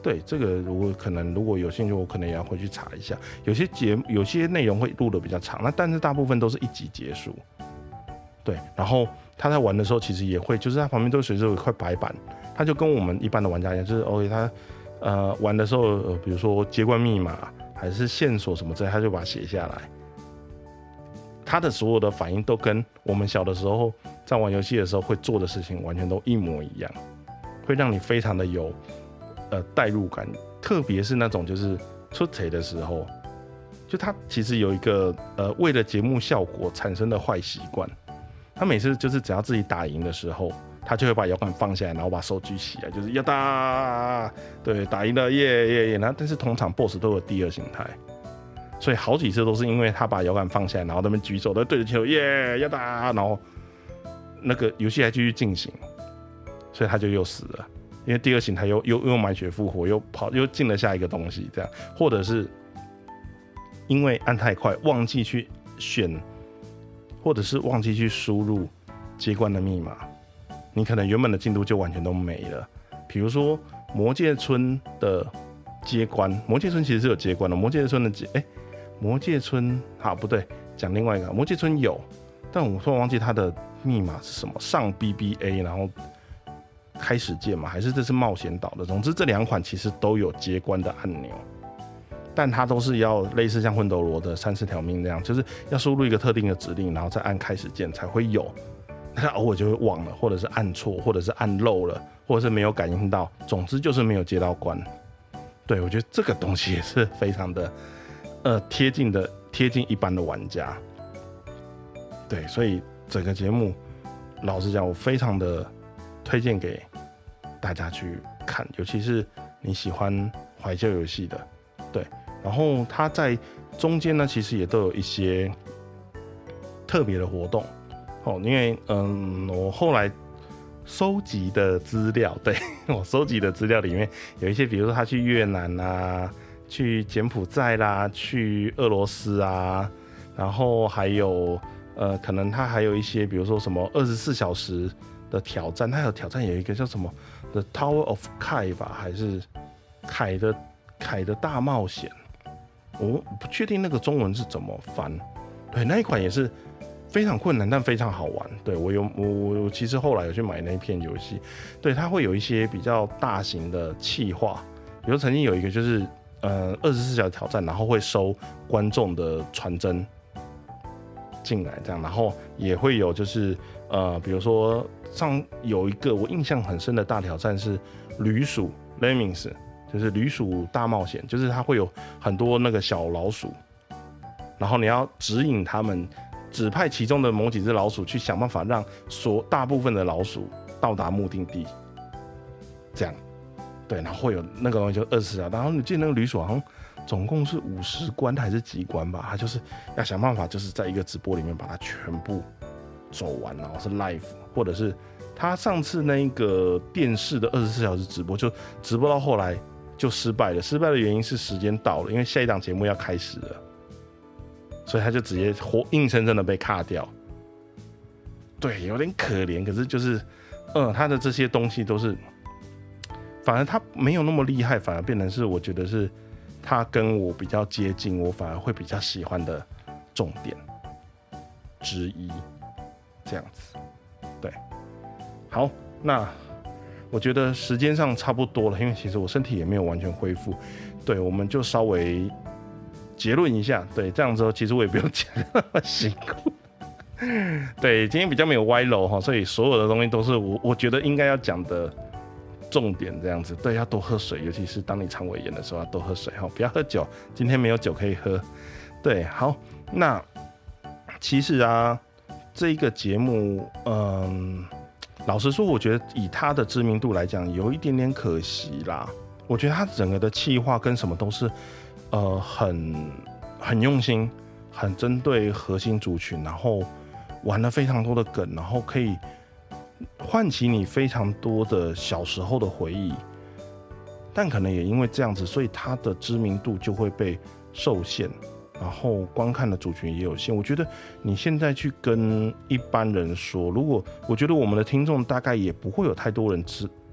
对，这个我可能如果有兴趣，我可能也要回去查一下。有些节有些内容会录的比较长，那但是大部分都是一集结束。对，然后他在玩的时候，其实也会，就是他旁边都随时有一块白板，他就跟我们一般的玩家一样，就是 OK， 他呃玩的时候，呃，比如说接关密码还是线索什么之类，他就把它写下来。他的所有的反应都跟我们小的时候在玩游戏的时候会做的事情完全都一模一样，会让你非常的有呃代入感，特别是那种就是出题的时候，就他其实有一个呃为了节目效果产生的坏习惯。他每次就是只要自己打赢的时候，他就会把摇杆放下来，然后把手举起来，就是要打，对，打赢了，耶耶耶！然后但是通常 B O S S 都有第二形态，所以好几次都是因为他把摇杆放下来，然后他们举手，都对着球，耶，要打，然后那个游戏还继续进行，所以他就又死了，因为第二形态又又又满血复活，又跑又进了下一个东西，这样，或者是因为按太快忘记去选。或者是忘记去输入接关的密码，你可能原本的进度就完全都没了。比如说魔界村的接关，魔界村其实是有接关的，魔界村的接，哎、欸，魔界村好不对，讲另外一个，魔界村有，但我突然忘记它的密码是什么，上 B B A 然后开始键嘛，还是这是冒险岛的？总之这两款其实都有接关的按钮。但它都是要类似像魂斗罗的三十条命那样，就是要输入一个特定的指令，然后再按开始键才会有。那偶尔就会忘了，或者是按错，或者是按漏了，或者是没有感应到，总之就是没有接到关。对，我觉得这个东西也是非常的呃贴近的贴近一般的玩家。对，所以整个节目老实讲，我非常的推荐给大家去看，尤其是你喜欢怀旧游戏的，对。然后它在中间呢，其实也都有一些特别的活动哦，因为嗯，我后来收集的资料，对我收集的资料里面有一些，比如说他去越南啊，去柬埔寨啦，去俄罗斯啊，然后还有呃，可能他还有一些，比如说什么二十四小时的挑战，他有挑战有一个叫什么 The Tower of Kai 吧，还是凯的凯的大冒险。我不确定那个中文是怎么翻，对，那一款也是非常困难但非常好玩。对，我有我我其实后来有去买那一片游戏，对，它会有一些比较大型的企划，比如曾经有一个就是呃二十四小时挑战，然后会收观众的传真进来这样，然后也会有就是呃比如说上有一个我印象很深的大挑战是旅鼠 Lemmings。就是旅鼠大冒险，就是它会有很多那个小老鼠，然后你要指引他们，指派其中的某几只老鼠去想办法让所大部分的老鼠到达目的地，这样，对，然后会有那个东西就二十啊，然后你记得那个旅鼠好像总共是五十关还是几关吧，它就是要想办法就是在一个直播里面把它全部走完，然后是 live 或者是他上次那个电视的二十四小时直播就直播到后来。就失败了，失败的原因是时间到了，因为下一档节目要开始了，所以他就直接活硬生生的被卡掉。对，有点可怜，可是就是，嗯，他的这些东西都是，反而他没有那么厉害，反而变成是我觉得是他跟我比较接近，我反而会比较喜欢的重点之一，这样子。对，好，那。我觉得时间上差不多了，因为其实我身体也没有完全恢复，对，我们就稍微结论一下，对，这样之后其实我也不用讲那么辛苦，对，今天比较没有歪楼哈，所以所有的东西都是我我觉得应该要讲的重点，这样子，对，要多喝水，尤其是当你肠胃炎的时候要多喝水哈，不要喝酒，今天没有酒可以喝，对，好，那其实啊，这一个节目，嗯。老实说，我觉得以他的知名度来讲，有一点点可惜啦。我觉得他整个的企划跟什么都是，呃，很很用心，很针对核心族群，然后玩了非常多的梗，然后可以唤起你非常多的小时候的回忆。但可能也因为这样子，所以他的知名度就会被受限。然后观看的族群也有限，我觉得你现在去跟一般人说，如果我觉得我们的听众大概也不会有太多人知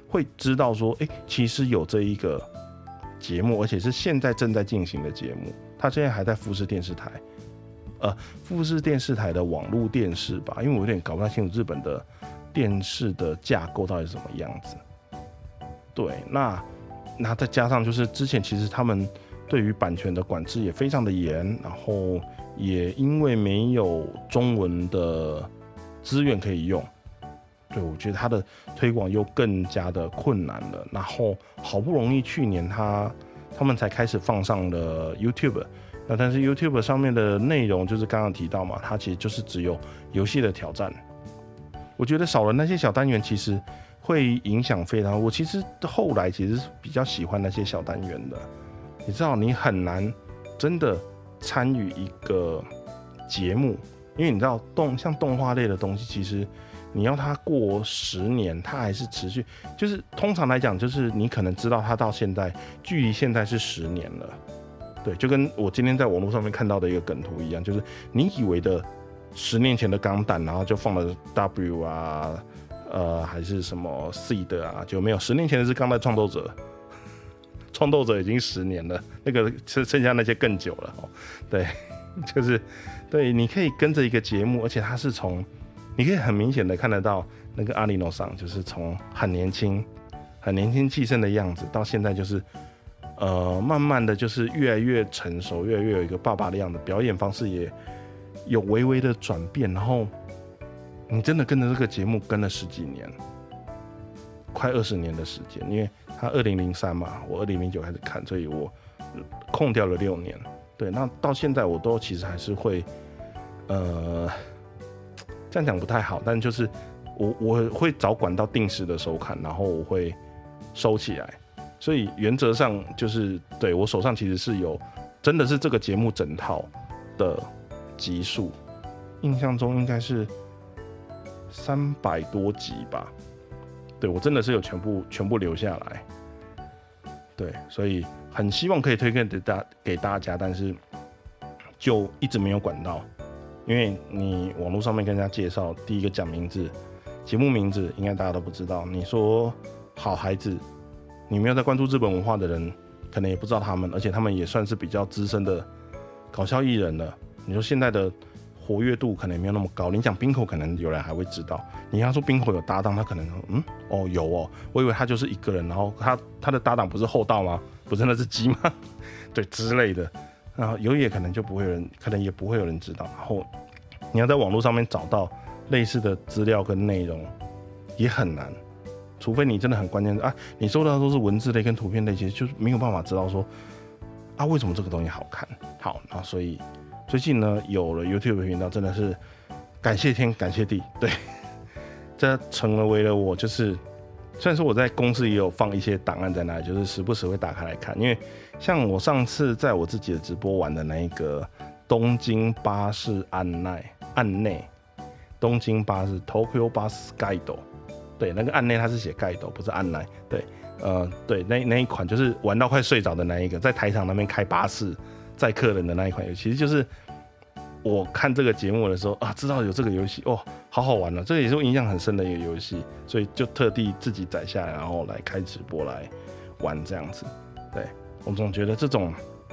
会知道说，哎、欸，其实有这一个节目，而且是现在正在进行的节目，它现在还在富士电视台，呃，富士电视台的网络电视吧，因为我有点搞不太清楚日本的电视的架构到底是什么样子。对，那那再加上就是之前其实他们对于版权的管制也非常的严，然后也因为没有中文的资源可以用，对，我觉得它的推广又更加的困难了。然后好不容易去年他他们才开始放上了 YouTube， 那但是 YouTube 上面的内容就是刚刚提到嘛，它其实就是只有游戏的挑战。我觉得少了那些小单元，其实会影响非常。我其实后来其实是比较喜欢那些小单元的。你知道，你很难真的参与一个节目，因为你知道动像动画类的东西，其实你要它过十年，它还是持续。就是通常来讲，就是你可能知道它到现在，距离现在是十年了。对，就跟我今天在网络上面看到的一个梗图一样，就是你以为的十年前的钢弹，然后就放了 W 啊，呃，还是什么 C 的啊，就没有。十年前的是钢弹创斗者，创斗者已经十年了，那个剩下那些更久了。哦，对，就是对，你可以跟着一个节目，而且它是从，你可以很明显的看得到那个阿里诺桑，就是从很年轻、很年轻气盛的样子，到现在就是。呃，慢慢的就是越来越成熟，越来越有一个爸爸的样子，表演方式也有微微的转变，然后你真的跟着这个节目跟了十几年，快二十年的时间，因为他二零零三嘛，我二零零九开始看，所以我空掉了六年。对，那到现在我都其实还是会，呃，这样讲不太好，但就是我我会找管道定时的收看，然后我会收起来。所以原则上就是对我手上其实是有，真的是这个节目整套的集数，印象中应该是三百多集吧。对，我真的是有全部全部留下来。对，所以很希望可以推荐给大给大家，但是就一直没有管道，因为你网络上面跟人家介绍，第一个讲名字，节目名字应该大家都不知道。你说好孩子。你没有在关注日本文化的人，可能也不知道他们，而且他们也算是比较资深的搞笑艺人了。你说现在的活跃度可能也没有那么高。你讲冰口，可能有人还会知道。你要说冰口有搭档，他可能嗯哦有哦，我以为他就是一个人，然后他他的搭档不是厚道吗？不是那只鸡吗？对之类的。然后有也可能就不会有人，可能也不会有人知道。然后你要在网络上面找到类似的资料跟内容，也很难。除非你真的很关键啊，你收到的都是文字类跟图片类，其实就是没有办法知道说啊为什么这个东西好看。好，那所以最近呢有了 YouTube 频道，真的是感谢天感谢地，对，这成了为了我就是虽然说我在公司也有放一些档案在那里，就是时不时会打开来看，因为像我上次在我自己的直播玩的那一个东京巴士案内案内东京巴士 Tokyo Bus Guide。对，那个案内它是写盖斗，不是案内。对，呃，对，那那一款就是玩到快睡着的那一个，在台场那边开巴士载客人的那一款游戏，其实就是我看这个节目的时候啊，知道有这个游戏哦，好好玩了，这个也是我印象很深的一个游戏，所以就特地自己载下来，然后来开直播来玩这样子。对，我总觉得这种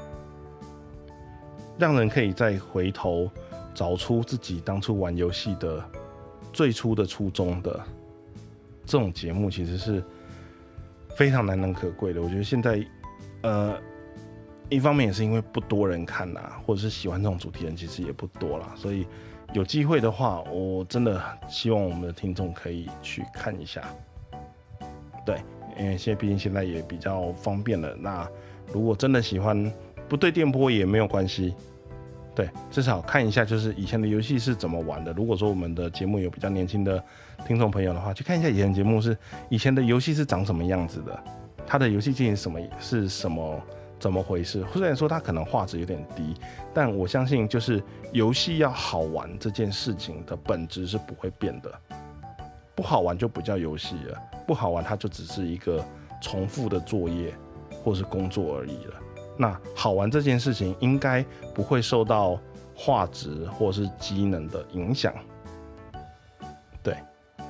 让人可以再回头找出自己当初玩游戏的最初的初衷的。这种节目其实是非常难能可贵的。我觉得现在，呃，一方面也是因为不多人看啦，或者是喜欢这种主题人其实也不多啦，所以有机会的话，我真的希望我们的听众可以去看一下。对，因为现在毕竟现在也比较方便了。那如果真的喜欢，不对电波也没有关系。对，至少看一下就是以前的游戏是怎么玩的。如果说我们的节目有比较年轻的听众朋友的话，去看一下以前的节目是以前的游戏是长什么样子的，它的游戏进行什么是什么怎么回事。虽然说它可能画质有点低，但我相信就是游戏要好玩这件事情的本质是不会变的。不好玩就不叫游戏了，不好玩它就只是一个重复的作业或是工作而已了。那好玩这件事情应该不会受到画质或是机能的影响，对，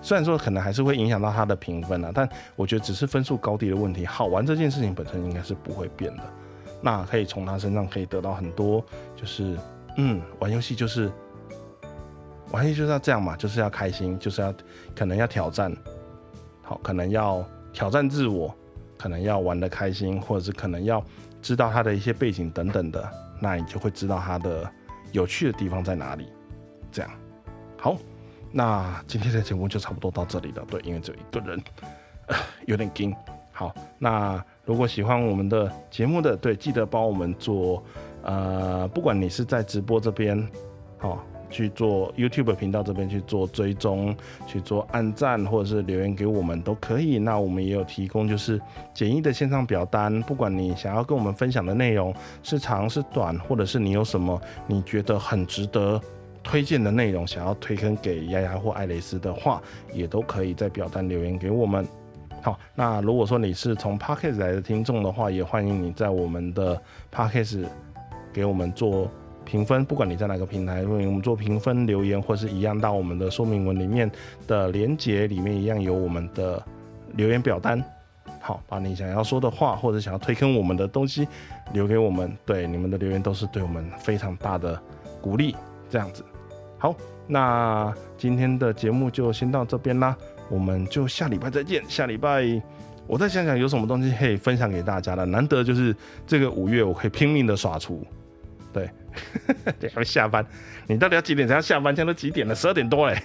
虽然说可能还是会影响到他的评分啊，但我觉得只是分数高低的问题，好玩这件事情本身应该是不会变的。那可以从他身上可以得到很多，就是嗯，玩游戏就是玩游戏就是要这样嘛，就是要开心，就是要可能要挑战，好，可能要挑战自我，可能要玩得开心，或者是可能要知道他的一些背景等等的，那你就会知道他的有趣的地方在哪里。这样，好，那今天的节目就差不多到这里了。对，因为只有一个人，呃、有点惊。好，那如果喜欢我们的节目的，对，记得帮我们做，呃，不管你是在直播这边，好、哦。去做 YouTube 频道这边去做追踪，去做按赞或者是留言给我们都可以。那我们也有提供就是简易的线上表单，不管你想要跟我们分享的内容是长是短，或者是你有什么你觉得很值得推荐的内容想要推坑给丫丫或艾蕾丝的话，也都可以在表单留言给我们。好，那如果说你是从 Podcast 来的听众的话，也欢迎你在我们的 Podcast 给我们做评分，不管你在哪个平台，为我们做评分留言，或是一样到我们的说明文里面的连结里面一样有我们的留言表单。好，把你想要说的话或者想要推坑我们的东西留给我们，对，你们的留言都是对我们非常大的鼓励。这样子，好，那今天的节目就先到这边啦，我们就下礼拜再见。下礼拜我再想想有什么东西可以分享给大家的，难得就是这个五月我可以拼命的耍厨。对，还没下班，你到底要几点才要下班？现在都几点了？十二点多嘞，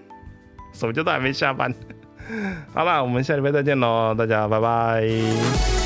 什么叫都还没下班？好啦，我们下礼拜再见喽，大家拜拜。